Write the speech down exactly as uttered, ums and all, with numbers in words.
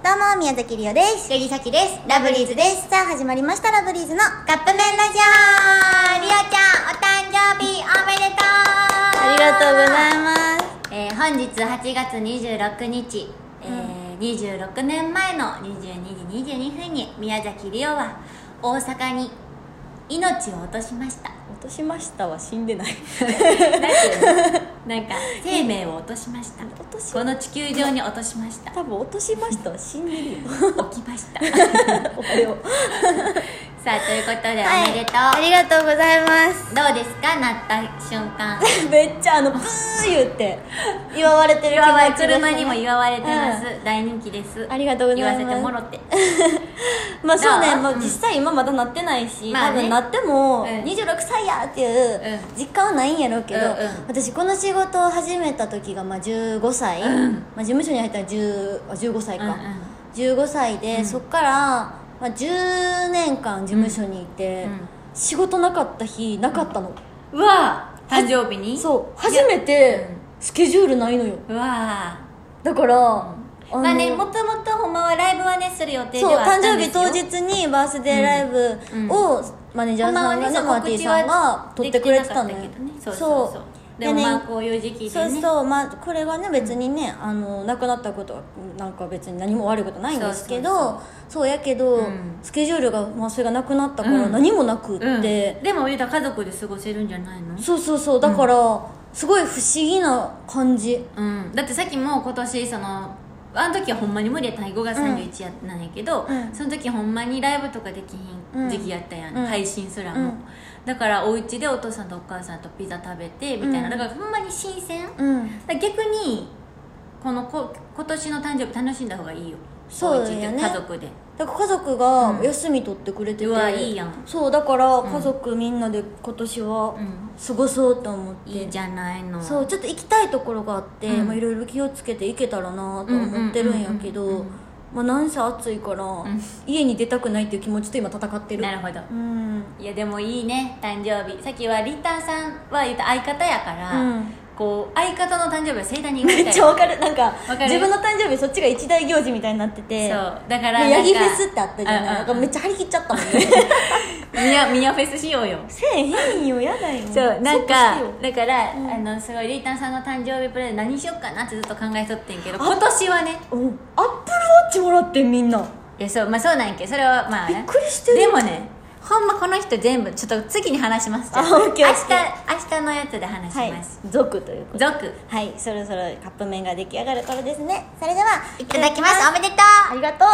どうも、宮崎りおです。 杉咲です。 ラブリーズです。さあ、始まりました、ラブリーズのカップ麺ラジオ。りおちゃん、お誕生日おめでとう。 ありがとうございます。 えー、本日はちがつにじゅうろくにち、うんえー、にじゅうろくねんまえのにじゅうにじにじゅうにふんに宮崎りおは大阪に命を落としました。 落としましたは死んでない。 なんていうのなんか生命を落としました。 落としこの地球上に落としました。 多分落としましたは死んでるよ。 起きましたおはよう。 さあ、ということで、 はい、 おめでとう。 ありがとうございます。 どうですか、なった瞬間。 めっちゃあのブー言って祝われてる気持ちです、ね、 車にも祝われてます、 うん、 大人気です。 ありがとうございます。 言わせてもろってまあそうね、まあ、 うん、 実際今まだなってないし、 まあね、 多分なってもうんにじゅうろくさいやっていう実感はないんやろうけど、うんうん、私この仕事を始めた時がまあじゅうごさい、うんまあ、事務所に入ったらじゅう、じゅうごさいか、うんうん、じゅうごさいで、うん、そっからまあ、じゅうねんかん事務所にいて、うんうん、仕事なかった日なかったの、 うん、うわ誕生日にそう初めてスケジュールないのよ。 うわだから、うん、 あまあね、もともとほんまはライブはねする予定ではあったんですよ。 そう誕生日当日にバースデーライブを、うん、マネージャーさんがね、マーティーさんが撮ってくれてたのよ。 そうそうそうでもまあこういう時期でね、 そうそう、まあこれはね別にね、うん、あの亡くなったことはなんか別に何も悪いことないんですけど、そうそうそうそうやけど、うん、スケジュールが、まあ、それがなくなったから何もなくって、うんうん、 でも言うたら家族で過ごせるんじゃないの。 そうそうそうだから、うん、すごい不思議な感じ、 うん、だってさっきも今年そのあの時はほんまに無理やったんごがつさんじゅういちにちなんやけど、うん、その時ほんまにライブとかできひん時期やったやん、うん、配信すらも、うん、だからお家でお父さんとお母さんとピザ食べてみたいな、だからほんまに新鮮、うん、だから逆にこのこ今年の誕生日楽しんだ方がいいよ。 そうやね、 家族でだから家族が休み取ってくれてて、 うん、うわいいやん。 そうだから家族みんなで今年は過ごそうと思って、うん、 いいじゃないの。 そうちょっと行きたいところがあっていろいろ気をつけて行けたらなと思ってるんやけど、まあなんせ暑いから、うん、家に出たくないっていう気持ちと今戦ってる。 なるほど、 うん、 いやでもいいね誕生日。さっきはリーターさんは言った相方やから、うんこう相方の誕生日は盛大に行きたい。 めっちゃわかる。なんか自分の誕生日そっちが一大行事みたいになってて、 そうだからヤギフェスってあったじゃない。なんかめっちゃ張り切っちゃったもんね。 ミヤミヤフェスしようよ。 せえへんよ、やだよ。 そうなんかだから、うん、あのすごいリータンさんの誕生日プレゼント何しようかなってずっと考えとってんけど、今年はね、 うん、アップルウォッチもらってんみんな。 いやそうまあそうなんやけど、それはまあ、ね、 びっくりしてる。 でもねほんまこの人全部ちょっと次に話します。じゃあ明日明日のやつで話します。 はい、族ということで族はい、そろそろカップ麺が出来上がる頃ですね。それではいただきます。おめでとう。 ありがとう。